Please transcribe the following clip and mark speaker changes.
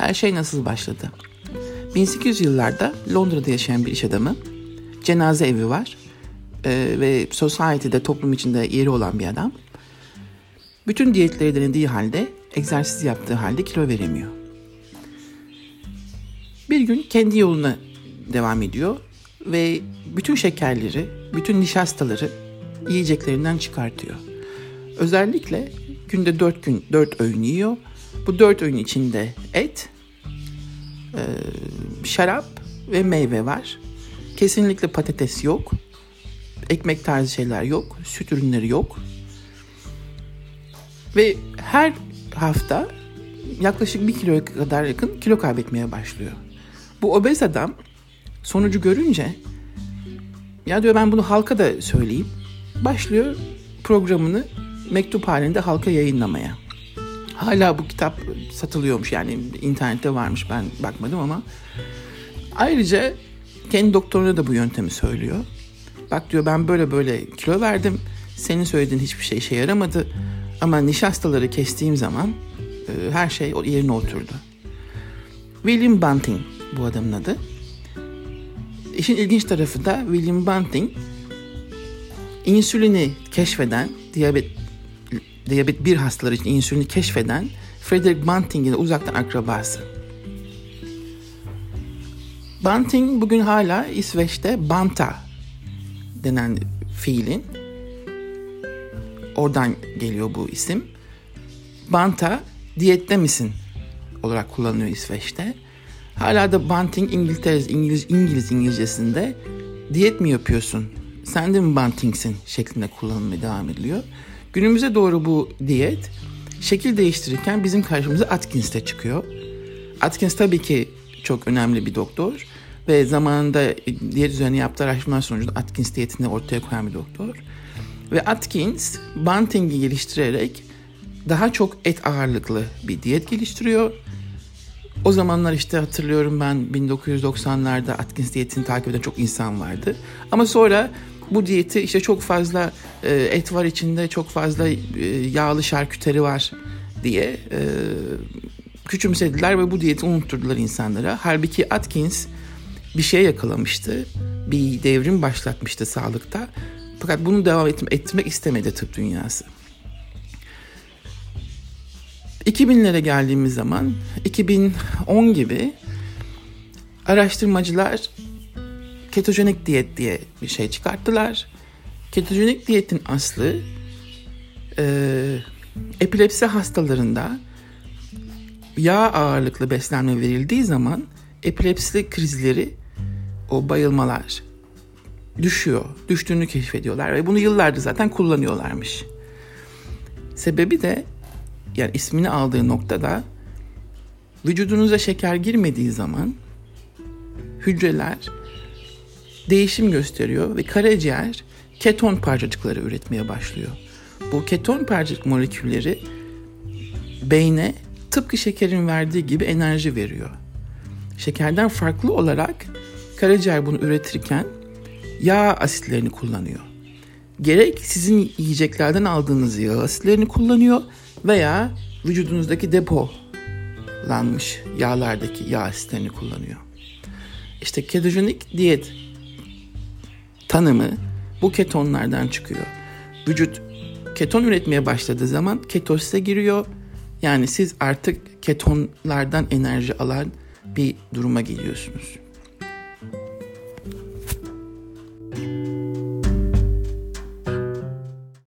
Speaker 1: Her şey nasıl başladı? 1800 yıllarda Londra'da yaşayan bir iş adamı, cenaze evi var ve society'de, toplum içinde yeri olan bir adam. Bütün diyetleri denediği halde, egzersiz yaptığı halde kilo veremiyor. Bir gün kendi yoluna devam ediyor ve bütün şekerleri, bütün nişastaları yiyeceklerinden çıkartıyor. Özellikle günde 4 öğün yiyor. Bu 4 öğün içinde et, şarap ve meyve var. Kesinlikle patates yok. Ekmek tarzı şeyler yok. Süt ürünleri yok. Ve her hafta yaklaşık 1 kiloya kadar yakın kilo kaybetmeye başlıyor. Bu obez adam sonucu görünce, ya diyor ben bunu halka da söyleyeyim. Başlıyor programını mektup halinde halka yayınlamaya. Hala bu kitap satılıyormuş, yani internette varmış, ben bakmadım ama. Ayrıca kendi doktoruna da bu yöntemi söylüyor. Bak diyor, ben böyle kilo verdim. Senin söylediğin hiçbir şey işe yaramadı. Ama nişastaları kestiğim zaman her şey yerine oturdu. William Banting bu adamın adı. İşin ilginç tarafı da William Banting insülini keşfeden, diyabet 1 hastaları için insülini keşfeden Frederick Banting'in uzaktan akrabası. Banting bugün hala İsveç'te banta denen fiilin, oradan geliyor bu isim. Banta, diyette misin olarak kullanılıyor İsveç'te. Hala da banting İngiliz İngilizcesinde diyet mi yapıyorsun, sen de mi bantingsin şeklinde kullanılmaya devam ediliyor. Günümüze doğru bu diyet şekil değiştirirken bizim karşımıza Atkins'te çıkıyor. Atkins tabii ki çok önemli bir doktor ve zamanında diyet üzerine yaptığı araştırmalar sonucunda Atkins diyetini ortaya koyan bir doktor. Ve Atkins banting'i geliştirerek daha çok et ağırlıklı bir diyet geliştiriyor. O zamanlar işte hatırlıyorum ben 1990'larda Atkins diyetini takip eden çok insan vardı. Ama sonra bu diyeti işte çok fazla et var içinde, çok fazla yağlı şarküteri var diye küçümsediler ve bu diyeti unutturdular insanlara. Halbuki Atkins bir şey yakalamıştı, bir devrim başlatmıştı sağlıkta. Fakat bunu devam ettirmek istemedi tıp dünyası. 2000'lere geldiğimiz zaman 2010 gibi araştırmacılar ketojenik diyet diye bir şey çıkarttılar. Ketojenik diyetin aslı epilepsi hastalarında yağ ağırlıklı beslenme verildiği zaman epilepsi krizleri, o bayılmalar düşüyor. Düştüğünü keşfediyorlar ve bunu yıllardır zaten kullanıyorlarmış. Sebebi de, yani ismini aldığı noktada, vücudunuza şeker girmediği zaman hücreler değişim gösteriyor ve karaciğer keton parçacıkları üretmeye başlıyor. Bu keton parçacık molekülleri beyne tıpkı şekerin verdiği gibi enerji veriyor. Şekerden farklı olarak karaciğer bunu üretirken yağ asitlerini kullanıyor. Gerek sizin yiyeceklerden aldığınız yağ asitlerini kullanıyor veya vücudunuzdaki depolanmış yağlardaki yağ asitlerini kullanıyor. İşte ketojenik diyet tanımı bu ketonlardan çıkıyor. Vücut keton üretmeye başladığı zaman ketosize giriyor. Yani siz artık ketonlardan enerji alan bir duruma geliyorsunuz.